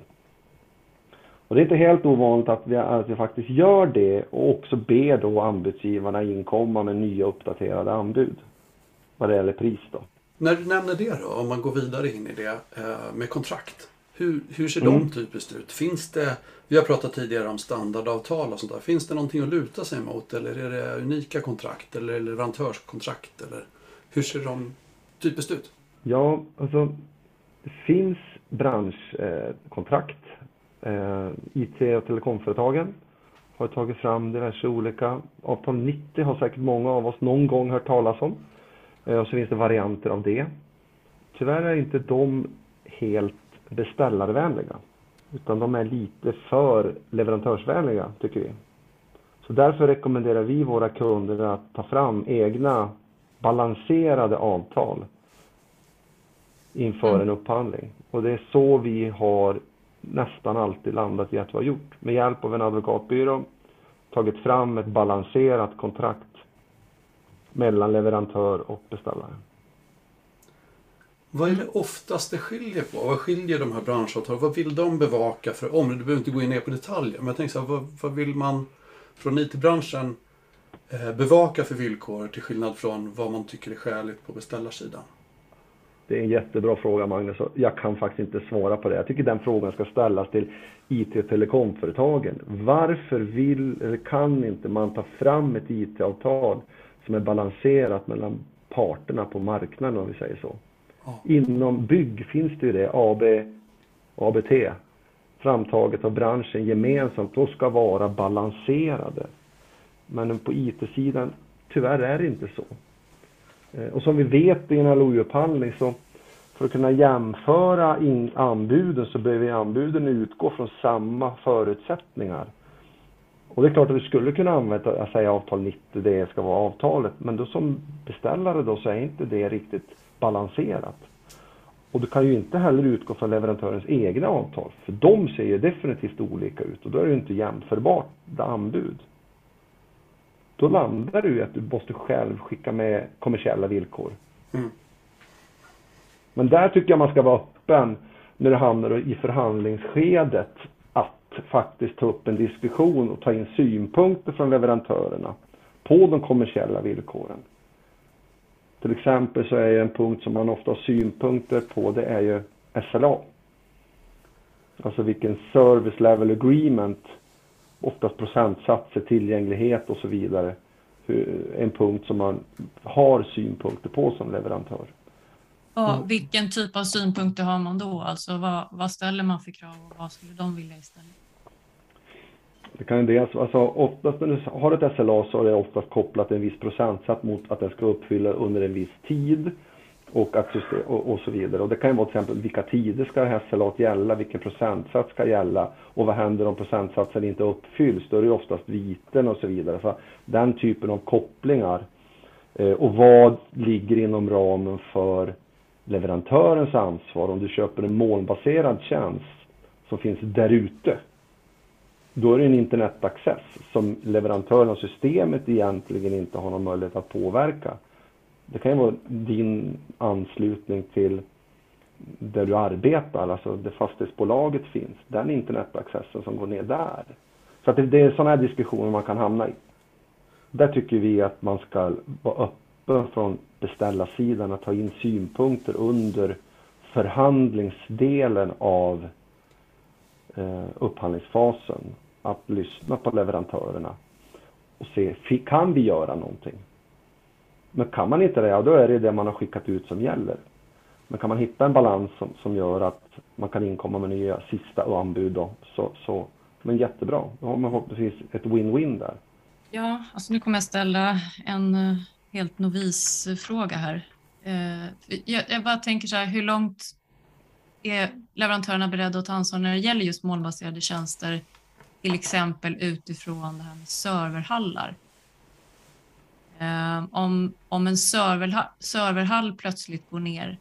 Och det är inte helt ovanligt att vi, att vi faktiskt gör det och också ber då anbudsgivarna inkomma med nya uppdaterade anbud. Vad det gäller pris då. När du nämner det då, om man går vidare in i det med kontrakt. Hur, hur ser mm. de typiskt ut? Finns det, vi har pratat tidigare om standardavtal och sånt där. Finns det någonting att luta sig mot? Eller är det unika kontrakt? Eller leverantörskontrakt? Eller hur ser de typiskt ut? Ja, alltså det finns branschkontrakt. Eh, I T- och telekomföretagen har tagit fram diverse olika. Avtal nittio har säkert många av oss någon gång hört talas om. Eh, och så finns det varianter av det. Tyvärr är inte de helt beställarvänliga. Utan de är lite för leverantörsvänliga tycker vi. Så därför rekommenderar vi våra kunder att ta fram egna balanserade avtal inför mm. en upphandling. Och det är så vi har nästan alltid landat i att vi har gjort. Med hjälp av en advokatbyrå tagit fram ett balanserat kontrakt mellan leverantör och beställare. Vad är det oftast det skiljer på? Vad skiljer de här branschavtalen? Vad vill de bevaka för om? Du behöver inte gå in ner på detaljer. Men jag tänker så här, vad, vad vill man från I T-branschen eh, bevaka för villkor till skillnad från vad man tycker är skäligt på beställarsidan? Det är en jättebra fråga Magnus. Jag kan faktiskt inte svara på det. Jag tycker den frågan ska ställas till I T- och telekomföretagen. Varför vill eller kan inte man ta fram ett I T-avtal som är balanserat mellan parterna på marknaden, om vi säger så. Ja. Inom bygg finns det ju det, A B, A B T, framtaget av branschen gemensamt, de ska vara balanserade. Men på I T-sidan, tyvärr är det inte så. Och som vi vet i en L O U-upphandling, så för att kunna jämföra in anbuden så behöver anbuden utgå från samma förutsättningar. Och det är klart att vi skulle kunna använda att säga avtal nittio, det ska vara avtalet. Men då som beställare då så är inte det riktigt balanserat. Och du kan ju inte heller utgå från leverantörens egna avtal. För de ser ju definitivt olika ut och då är det ju inte jämförbart det anbud. Då landar du i att du måste själv skicka med kommersiella villkor. Mm. Men där tycker jag man ska vara öppen när det hamnar i förhandlingsskedet att faktiskt ta upp en diskussion och ta in synpunkter från leverantörerna på de kommersiella villkoren. Till exempel så är en punkt som man ofta har synpunkter på, det är ju S L A. Alltså vilken service level agreement, oftast procentsatser, tillgänglighet och så vidare. En punkt som man har synpunkter på som leverantör. Och vilken typ av synpunkter har man då? Alltså vad, vad ställer man för krav och vad skulle de vilja istället? Det kan ju dels, alltså oftast när du har ett S L A så är det oftast kopplat till en viss procentsats mot att den ska uppfylla under en viss tid och, att system, och, och så vidare. Och det kan ju vara till exempel vilka tider ska S L A gälla, vilken procentsats ska gälla och vad händer om procentsatsen inte uppfylls? Då är det ju oftast viten och så vidare. Så den typen av kopplingar eh, och vad ligger inom ramen för leverantörens ansvar om du köper en molnbaserad tjänst som finns där ute. Då är det en internetaccess som leverantören av systemet egentligen inte har någon möjlighet att påverka. Det kan ju vara din anslutning till där du arbetar, alltså där fastighetsbolaget finns. Den internetaccessen som går ner där. Så att det är sådana här diskussioner man kan hamna i. Där tycker vi att man ska vara öppen från beställarsidan att ta in synpunkter under förhandlingsdelen av eh, upphandlingsfasen. Att lyssna på leverantörerna och se, kan vi göra någonting? Men kan man inte det, ja, då är det det man har skickat ut som gäller. Men kan man hitta en balans som, som gör att man kan inkomma med nya sista anbud då, så, så men jättebra. Då har man förhoppningsvis ett win-win där. Ja, alltså nu kommer jag ställa en uh, helt novis fråga här. Uh, jag, jag bara tänker så här, hur långt är leverantörerna beredda att ta ansvar när det gäller just molnbaserade tjänster, till exempel utifrån det här med serverhallar? Uh, om, om en serverhall, serverhall plötsligt går ner,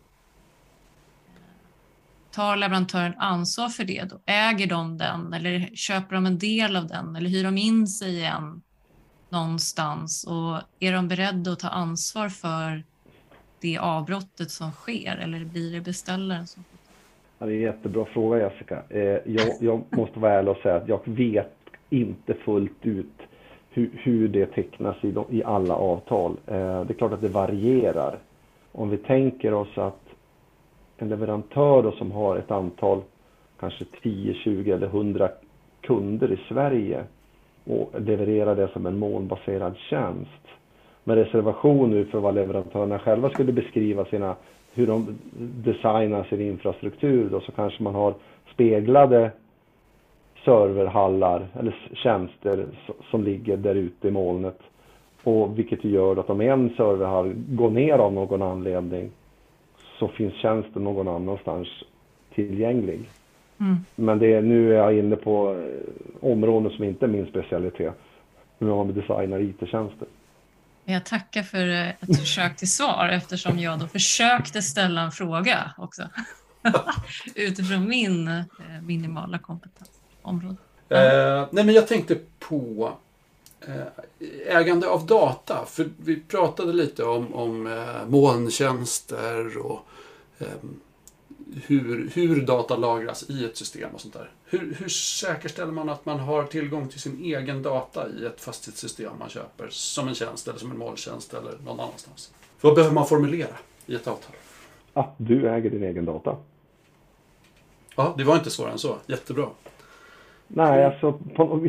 tar leverantören ansvar för det då? Äger de den eller köper de en del av den eller hyr de in sig igen någonstans och är de beredda att ta ansvar för det avbrottet som sker eller blir det beställaren som får ta? Ja, det är en jättebra fråga, Jessica. Jag, jag måste vara ärlig och säga att jag vet inte fullt ut hur, hur det tecknas i, de, i alla avtal. Det är klart att det varierar. Om vi tänker oss att en leverantör då som har ett antal, kanske tio, tjugo eller hundra kunder i Sverige och levererar det som en molnbaserad tjänst med reservation nu för vad leverantörerna själva skulle beskriva sina, hur de designar sin infrastruktur då, så kanske man har speglade serverhallar eller tjänster som ligger där ute i molnet, och vilket gör att om en serverhall går ner av någon anledning så finns tjänsten någon annanstans tillgänglig. Mm. Men det är, nu är jag inne på områden som inte är min specialitet. Nu har vi designar I T-tjänster. Jag tackar för ett försök till svar eftersom jag då försökte ställa en fråga också. Utifrån min minimala kompetensområde. Eh, nej men jag tänkte på eh, ägande av data. För vi pratade lite om, om eh, molntjänster och eh, hur, hur data lagras i ett system och sånt där. Hur, hur säkerställer man att man har tillgång till sin egen data i ett fastighetssystem man köper som en tjänst eller som en molntjänst eller någon annanstans? Vad behöver man formulera i ett avtal? Att du äger din egen data. Ja, det var inte svårare än så. Jättebra. Nej, alltså på,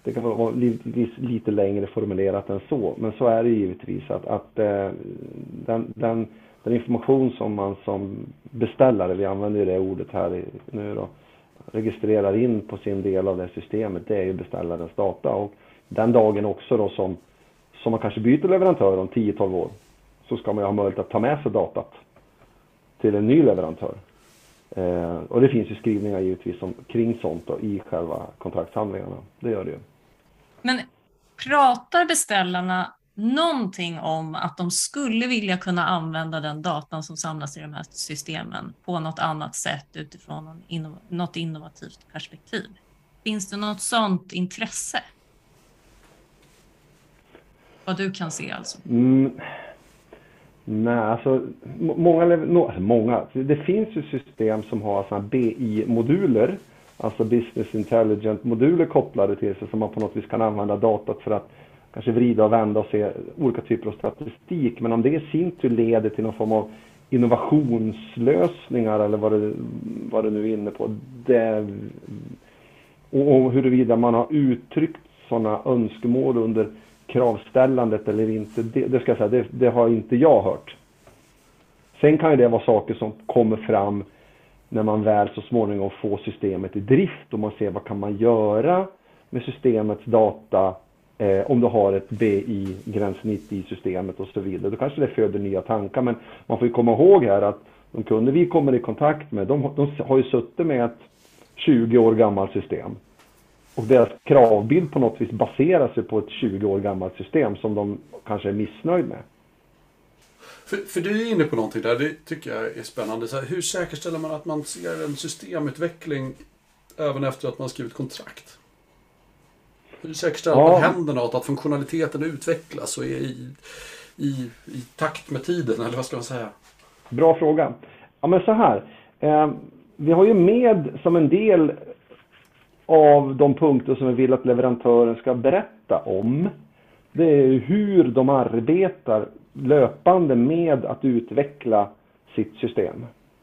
Det kan vara lite längre formulerat än så, men så är det givetvis att, att eh, den, den, den information som man som beställare, vi använder det ordet här nu då, registrerar in på sin del av det systemet, det är ju beställarens data. Och den dagen också då som, som man kanske byter leverantör om tio till tolv år, så ska man ju ha möjlighet att ta med sig datat till en ny leverantör. Eh, och det finns ju skrivningar givetvis som, kring sånt då, i själva kontraktshandlingarna. Det gör det ju. Men pratar beställarna någonting om att de skulle vilja kunna använda den datan som samlas i de här systemen på något annat sätt utifrån något innovativt perspektiv? Finns det något sånt intresse? Vad du kan se alltså? Mm. Nej, alltså många, no, många, det finns ju system som har såna B I-moduler, alltså Business Intelligence-moduler kopplade till sig som man på något vis kan använda datat för att kanske vrida och vända och se olika typer av statistik. Men om det i sin tur leder till någon form av innovationslösningar eller vad det, vad det nu är inne på, det, och, och huruvida man har uttryckt sådana önskemål under kravställandet eller inte, det, det ska jag säga, det, det har inte jag hört. Sen kan ju det vara saker som kommer fram när man väl så småningom får systemet i drift och man ser vad kan man göra med systemets data eh, om du har ett B I-gränssnitt i systemet och så vidare. Då kanske det föder nya tankar, men man får ju komma ihåg här att de kunder vi kommer i kontakt med, de, de har ju suttit med ett tjugo år gammalt system. Och deras kravbild på något vis baserar sig på ett tjugo år gammalt system som de kanske är missnöjd med. För, för du är inne på någonting där, det tycker jag är spännande. Så här, hur säkerställer man att man ser en systemutveckling även efter att man skrivit kontrakt? Hur säkerställer man ja. att händer något, att funktionaliteten utvecklas och är i, i, i takt med tiden, eller vad ska man säga? Bra fråga. Ja, men så här. Eh, vi har ju med som en del av de punkter som vi vill att leverantören ska berätta om, det är hur de arbetar löpande med att utveckla sitt system.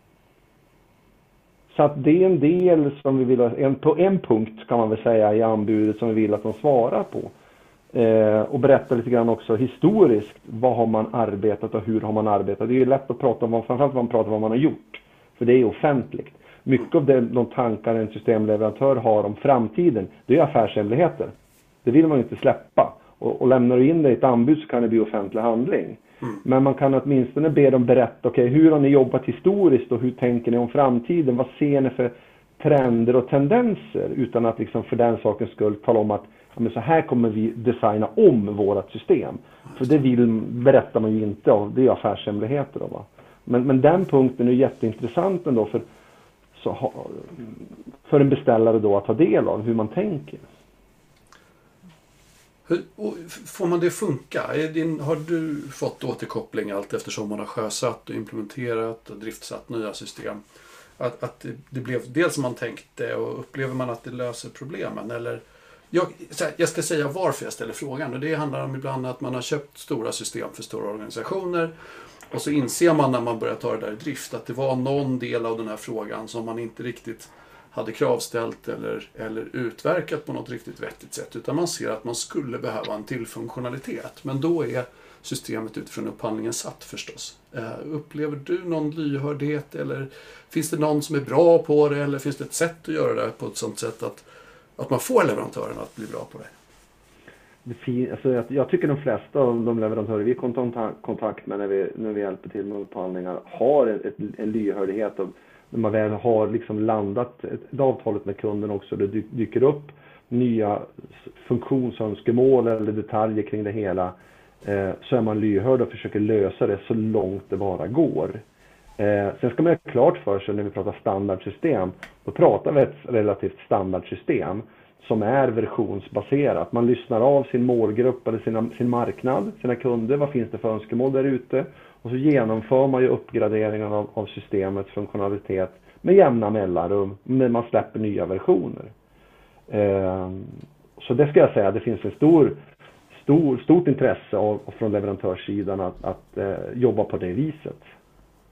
Så att det är en del som vi vill, en, på en punkt kan man väl säga i anbudet som vi vill att de svarar på. Eh, och berätta lite grann också historiskt, vad har man arbetat och hur har man arbetat. Det är ju lätt att prata om, framförallt man pratar om vad man har gjort, för det är offentligt. Mycket av det, de tankar en systemleverantör har om framtiden, det är affärshemligheter. Det vill man inte släppa. Och, och lämnar du in det i ett anbud så kan det bli offentlig handling. Mm. Men man kan åtminstone be dem berätta, okej, okay, hur har ni jobbat historiskt och hur tänker ni om framtiden? Vad ser ni för trender och tendenser? Utan att liksom för den sakens skull tala om att ja, men så här kommer vi designa om vårt system. För det vill, berättar man ju inte av, det är affärshemligheter. Då, va? Men, men den punkten är jätteintressant ändå för så för en beställare då att ta del av hur man tänker. Hur, får man det funka? Är din, har du fått återkoppling allt eftersom man har sjösatt och implementerat och driftsatt nya system? Att, att det, det blev dels som man tänkte och upplever man att det löser problemen? Eller, jag, jag ska säga varför jag ställer frågan. Och det handlar om ibland att man har köpt stora system för stora organisationer. Och så inser man när man börjar ta det där i drift att det var någon del av den här frågan som man inte riktigt hade kravställt eller, eller utverkat på något riktigt vettigt sätt. Utan man ser att man skulle behöva en till funktionalitet. Men då är systemet utifrån upphandlingen satt förstås. Uh, upplever du någon lyhördhet eller finns det någon som är bra på det eller finns det ett sätt att göra det på ett sånt sätt att, att man får leverantören att bli bra på det? Det fin- alltså jag, jag tycker de flesta av de leverantörer vi är i kontakt med när vi, när vi hjälper till med upphandlingar har ett, ett, en lyhördhet av när man väl har liksom landat ett, ett avtalet med kunden också, det dyker upp nya funktionsönskemål eller detaljer kring det hela, eh, så är man lyhörd och försöker lösa det så långt det bara går. Eh, sen ska man ha klart för sig när vi pratar standardsystem, då pratar vi ett relativt standardsystem som är versionsbaserat. Man lyssnar av sin målgrupp eller sina, sin marknad, sina kunder, vad finns det för önskemål där ute? Och så genomför man ju uppgraderingar av, av systemets funktionalitet med jämna mellanrum när man släpper nya versioner. Eh, så det ska jag säga, det finns en stor, stor, stort intresse av, från leverantörssidan att, att eh, jobba på det viset.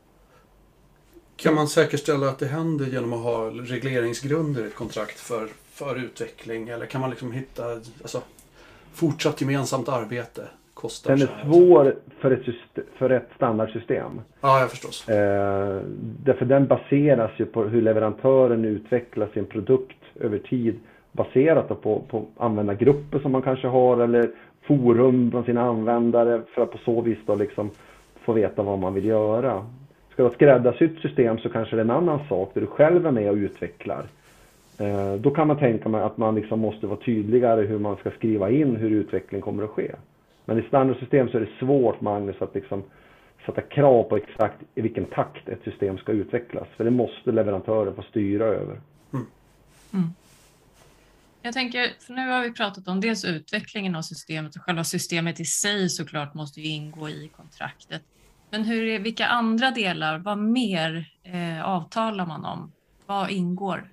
Kan man säkerställa att det händer genom att ha regleringsgrunder i ett kontrakt för, för utveckling? Eller kan man liksom hitta alltså, fortsatt gemensamt arbete? Kostar Den är svår för ett, system, för ett standardsystem. Ja, jag förstår. Eh, därför den baseras ju på hur leverantören utvecklar sin produkt över tid. Baserat på, på användargrupper som man kanske har eller forum bland sina användare för att på så vis då liksom få veta vad man vill göra. Ska du ha ett skräddarsytt system så kanske det är en annan sak där du själv är med och utvecklar. Eh, då kan man tänka mig att man liksom måste vara tydligare hur man ska skriva in hur utveckling kommer att ske. Men i standardsystem så är det svårt, Magnus, att liksom sätta krav på exakt i vilken takt ett system ska utvecklas. För det måste leverantören få styra över. Mm. Mm. Jag tänker, för nu har vi pratat om dels utvecklingen av systemet och själva systemet i sig såklart måste ju ingå i kontraktet. Men hur är, vilka andra delar, vad mer eh, avtalar man om? Vad ingår?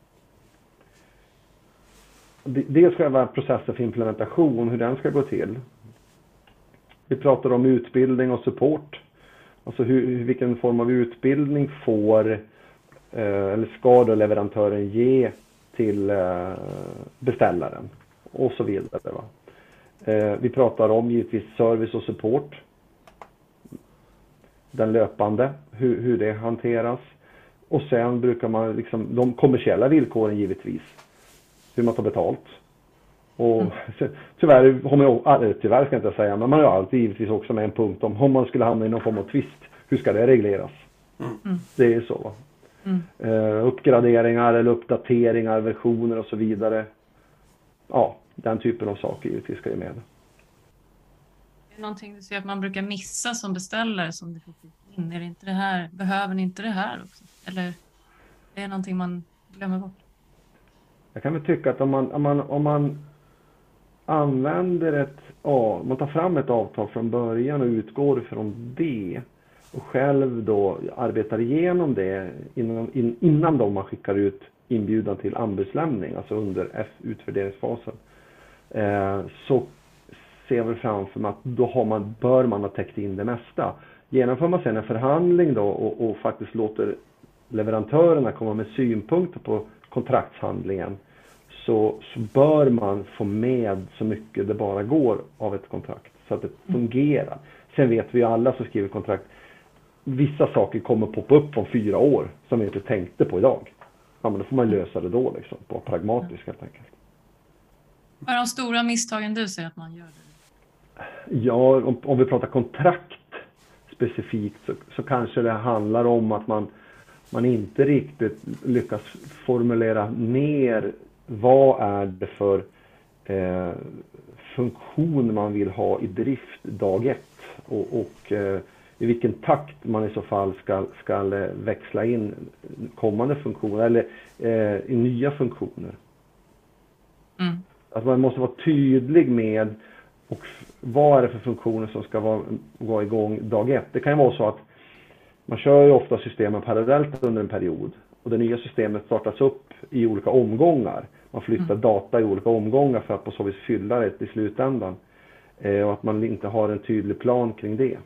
Det ska vara processen för implementation, hur den ska gå till. Vi pratar om utbildning och support. Alltså hur, vilken form av utbildning får eh, eller ska då leverantören ge till eh, beställaren och så vidare. Va? Eh, vi pratar om givetvis service och support. Den löpande, hur, hur det hanteras. Och sen brukar man liksom, de kommersiella villkoren givetvis. Hur man tar betalt. Och mm. tyvärr, har man, tyvärr ska jag inte säga, men man har alltid givetvis också med en punkt om om man skulle hamna i någon form av twist. Hur ska det regleras? Mm. Det är så. Mm. Uh, uppgraderingar eller uppdateringar, versioner och så vidare. Ja, den typen av saker givetvis ska ju med. Är det någonting du ser att man brukar missa som beställare som det finns in? Är det inte det här? Behöver ni inte det här också? Eller är det någonting man glömmer bort? Jag kan väl tycka att om man, om man, om man använder ett, ja, man tar fram ett avtal från början och utgår från det och själv då arbetar igenom det innan, in, innan då man skickar ut inbjudan till anbudslämning, alltså under F-utvärderingsfasen, eh, så ser vi framför mig att då har man, bör man ha täckt in det mesta. Genomför man sedan en förhandling då och, och faktiskt låter leverantörerna komma med synpunkter på kontraktshandlingen, så, så bör man få med så mycket det bara går av ett kontrakt så att det fungerar. Sen vet vi ju alla som skriver kontrakt, vissa saker kommer poppa upp om fyra år som vi inte tänkte på idag. Ja, men då får man lösa det då liksom, på pragmatiskt helt enkelt. Vad är de stora misstagen du ser att man gör det? Ja, om, om vi pratar kontrakt specifikt så, så kanske det handlar om att man man inte riktigt lyckas formulera ner vad är det för eh, funktion man vill ha i drift dag ett och, och eh, i vilken takt man i så fall ska, ska växla in kommande funktioner eller eh, i nya funktioner. Mm. Att man måste vara tydlig med och vad är det för funktioner som ska vara, vara igång dag ett. Det kan ju vara så att man kör ju ofta systemen parallellt under en period och det nya systemet startas upp i olika omgångar. Man flyttar mm. data i olika omgångar för att på så vis fylla det i slutändan. Eh, och att man inte har en tydlig plan kring det.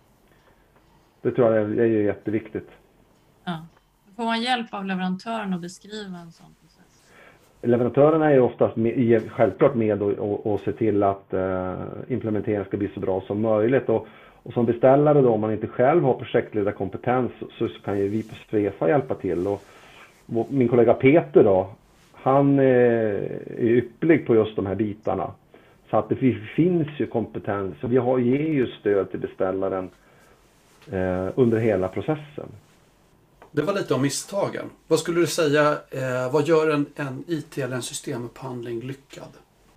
Det tror jag är, är ju jätteviktigt. Ja. Får man hjälp av leverantören att beskriva en sån process? Leverantörerna är ju oftast med, självklart med och, och, och se till att eh, implementeringen ska bli så bra som möjligt. Och, Och som beställare då, om man inte själv har projektledarkompetens så, så kan ju vi på Svefa hjälpa till. Och min kollega Peter då, han är ypplig på just de här bitarna. Så att det finns ju kompetens och vi har, ger ju stöd till beställaren eh, under hela processen. Det var lite om misstagen. Vad skulle du säga, eh, vad gör en, en I T eller en systemupphandling lyckad?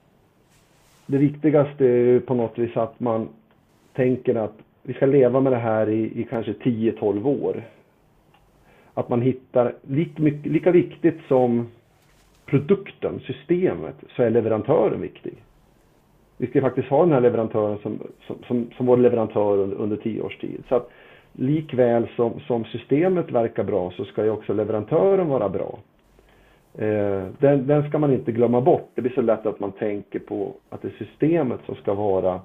Det viktigaste är på något vis att man tänker att vi ska leva med det här i, i kanske tio till tolv år. Att man hittar lika, mycket, lika viktigt som produkten, systemet, så är leverantören viktig. Vi ska faktiskt ha den här leverantören som, som, som, som vår leverantör under, under tio års tid. Så att likväl som, som systemet verkar bra så ska ju också leverantören vara bra. Eh, den, den ska man inte glömma bort. Det blir så lätt att man tänker på att det är systemet som ska vara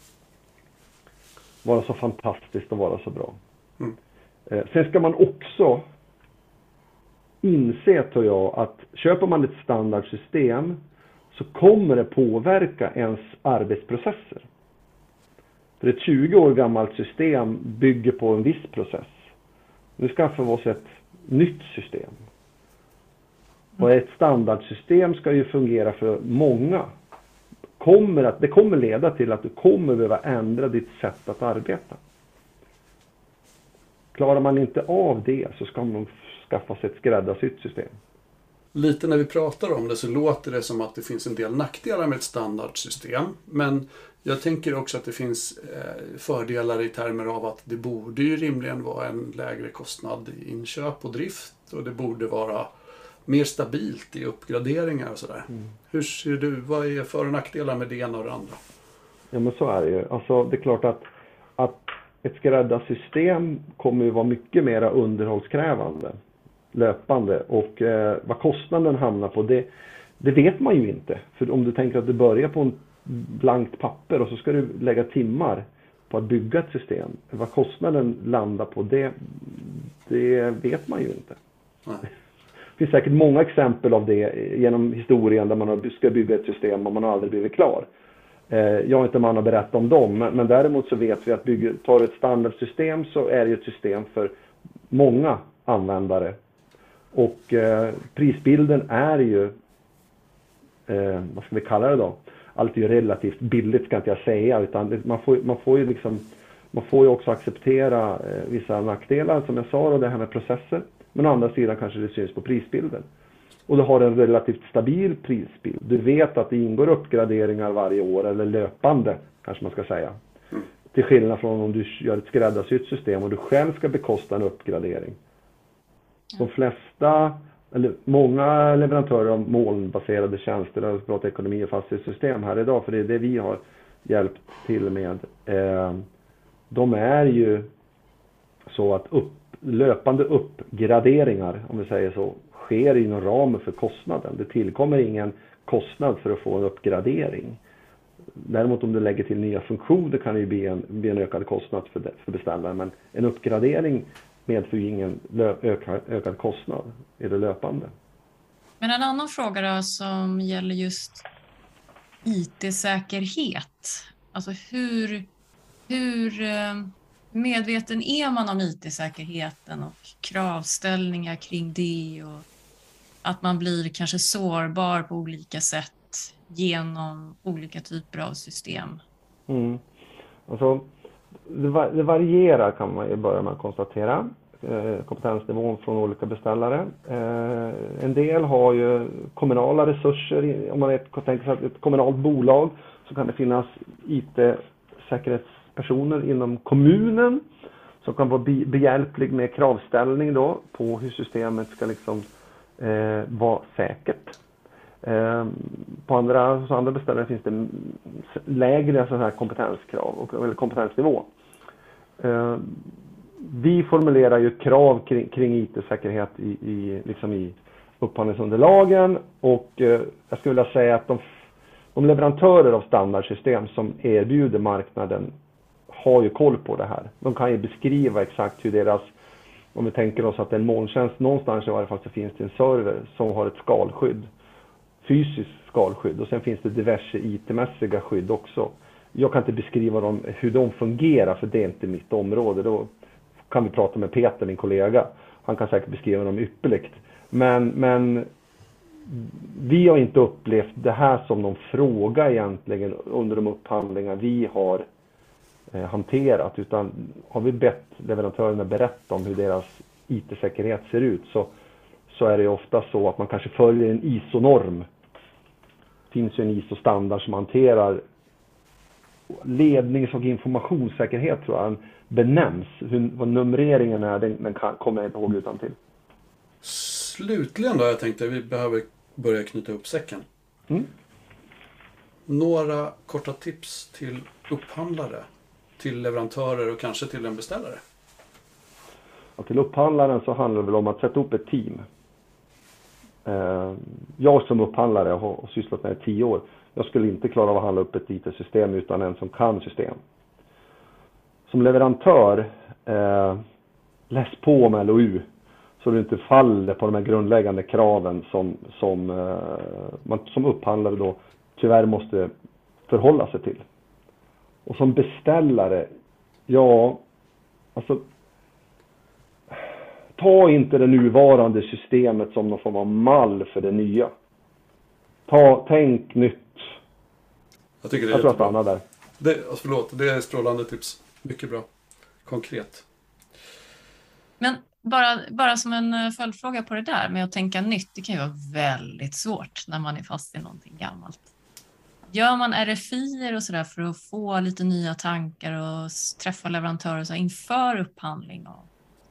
vara så fantastiskt och vara så bra. Mm. Eh, sen ska man också inse, tror jag, att köper man ett standardsystem så kommer det påverka ens arbetsprocesser. För ett tjugo år gammalt system bygger på en viss process. Nu skaffar vi oss ett nytt system. Och ett standardsystem ska ju fungera för många. Kommer att, det kommer leda till att du kommer behöva ändra ditt sätt att arbeta. Klarar man inte av det så ska man skaffa sig ett skräddarsytt system. Lite när vi pratar om det så låter det som att det finns en del nackdelar med ett standardsystem. Men jag tänker också att det finns fördelar i termer av att det borde ju rimligen vara en lägre kostnad i inköp och drift. Och det borde vara mer stabilt i uppgraderingar och sådär. Mm. Hur ser du, vad är för- och nackdelar med det ena och det andra? Ja, men så är det ju. Alltså det är klart att, att ett skräddarsystem kommer ju vara mycket mer underhållskrävande, löpande. Och eh, vad kostnaden hamnar på, det, det vet man ju inte. För om du tänker att du börjar på en blankt papper och så ska du lägga timmar på att bygga ett system. Vad kostnaden landar på, det, det vet man ju inte. Nej. Det finns säkert många exempel av det genom historien där man ska bygga ett system och man har aldrig blivit klar. Jag har inte man att berätta om dem, men däremot så vet vi att bygga, tar ett standardsystem så är det ett system för många användare. Och eh, prisbilden är ju, eh, vad ska vi kalla det då? Allt är ju relativt billigt, ska inte jag säga, utan det, man, får, man får ju liksom, man får ju också acceptera eh, vissa nackdelar som jag sa, och det här med processer. Men å andra sidan kanske det syns på prisbilden. Och du har en relativt stabil prisbild. Du vet att det ingår uppgraderingar varje år, eller löpande kanske man ska säga. Mm. Till skillnad från om du gör ett skräddarsytt system och du själv ska bekosta en uppgradering. De flesta, eller många leverantörer av molnbaserade tjänster, eller pratar ekonomi och fastighetssystem här idag, för det är det vi har hjälpt till med. Eh, de är ju så att upp, löpande uppgraderingar, om vi säger så, sker inom ramen för kostnaden. Det tillkommer ingen kostnad för att få en uppgradering. Däremot om du lägger till nya funktioner kan det ju bli en, bli en ökad kostnad för, för beställaren. Men en uppgradering medför ju ingen lö, ökad, ökad kostnad i det löpande. Men en annan fråga då som gäller just I T-säkerhet. Alltså hur, hur medveten är man om I T-säkerheten och kravställningar kring det, och att man blir kanske sårbar på olika sätt genom olika typer av system? Mm. Alltså, det, var, det varierar, kan man ju börja med att konstatera, eh, kompetensnivån från olika beställare. Eh, en del har ju kommunala resurser. Om man är, tänker sig ett kommunalt bolag så kan det finnas I T-säkerhetspersoner inom kommunen som kan vara behjälplig med kravställning då på hur systemet ska liksom eh, vara säkert. Eh, på andra, hos andra beställare finns det lägre så här kompetenskrav och, eller kompetensnivå. Eh, vi formulerar ju krav kring, kring I T-säkerhet i, i, liksom i upphandlingsunderlagen, och eh, jag skulle vilja säga att de, de leverantörer av standardsystem som erbjuder marknaden har ju koll på det här. De kan ju beskriva exakt hur deras, om vi tänker oss att en molntjänst någonstans i varje fall, så finns det en server som har ett skalskydd. Fysiskt skalskydd, och sen finns det diverse I T-mässiga skydd också. Jag kan inte beskriva dem, hur de fungerar, för det är inte mitt område. Då kan vi prata med Peter, min kollega. Han kan säkert beskriva dem ypperligt. Men, men vi har inte upplevt det här som någon fråga egentligen under de upphandlingar vi har eh, hanterat. Utan har vi bett leverantörerna berätta om hur deras I T-säkerhet ser ut, så, så är det ofta så att man kanske följer en I S O-norm. Det finns ju en I S O-standard som hanterar lednings- och informationssäkerhet, tror jag benämns. Hur, vad numreringen är, den, den kan, kommer jag inte ihåg utan till. Slutligen då, jag tänkte vi behöver börja knyta upp säcken. Mm. Några korta tips till upphandlare, till leverantörer och kanske till en beställare? Ja, till upphandlaren så handlar det väl om att sätta upp ett team. Jag som upphandlare har sysslat med det i tio år. Jag skulle inte klara av att handla upp ett I T-system utan en som kan system. Som leverantör, eh, läs på om L O U. så du inte faller på de här grundläggande kraven som, som, eh, man som upphandlare då tyvärr måste förhålla sig till. Och som beställare, ja, alltså ta inte det nuvarande systemet som någon form av mall för det nya. Ta, tänk nytt. Jag tycker det är Jag tror att stanna där. Det, alltså förlåt, det är strålande tips. Mycket bra. Konkret. Men bara, bara som en följdfråga på det där med att tänka nytt, det kan ju vara väldigt svårt när man är fast i någonting gammalt. Gör man R F I-er och sådär för att få lite nya tankar och träffa leverantörer så inför upphandling? Och...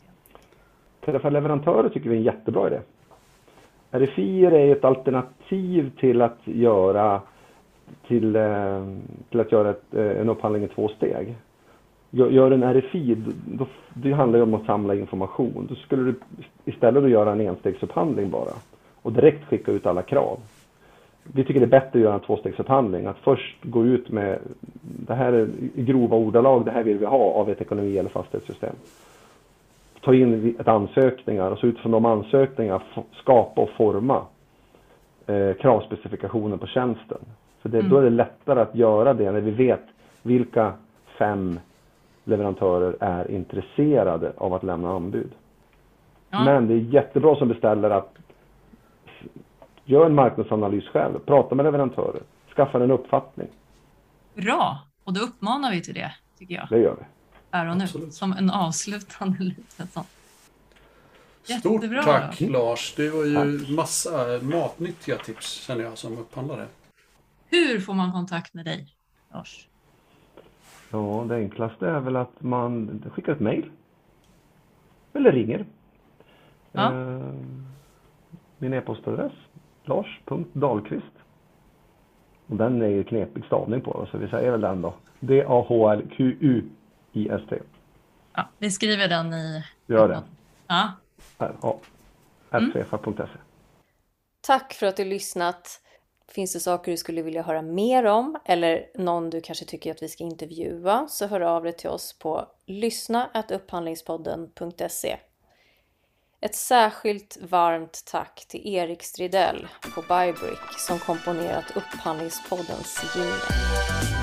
Träffa leverantörer tycker vi är en jättebra idé. R F I-er är ett alternativ till att göra, till, till att göra ett, en upphandling i två steg. Gör en R F I, då, det handlar ju om att samla information. Då skulle du istället att göra en enstegsupphandling bara och direkt skicka ut alla krav. Vi tycker det är bättre att göra en tvåstegsupphandling. Att först gå ut med det här är i grova ordalag, det här vill vi ha av ett ekonomi- eller fastighetssystem. Ta in ett ansökningar och så utifrån de ansökningar skapa och forma eh, kravspecifikationer på tjänsten. För det, mm. då är det lättare att göra det när vi vet vilka fem leverantörer är intresserade av att lämna anbud. Ja. Men det är jättebra som beställare att gör en marknadsanalys själv, prata med leverantörer, skaffa en uppfattning. Bra, och då uppmanar vi till det, tycker jag. Det gör vi. Här och nu, som en avslutande liten sån. Stort Jättebra, tack då. Lars, det var ju tack. Massa matnyttiga tips känner jag som upphandlare. Hur får man kontakt med dig, Lars? Ja, det enklaste är väl att man skickar ett mejl. Eller ringer. Ja. Eh, min e-postadress lars punkt dahlqvist. Och den är ju knepig stavning på, så vi säger väl den då. D A H L Q U I S T. Ja, vi skriver den i... Gör det. Ja. Här, ja. Mm. svefa punkt se. Tack för att du lyssnat. Finns det saker du skulle vilja höra mer om eller någon du kanske tycker att vi ska intervjua, så hör av dig till oss på lyssna at upphandlingspodden punkt se. Ett särskilt varmt tack till Erik Stridell på Bybrick som komponerat Upphandlingspoddens jingle.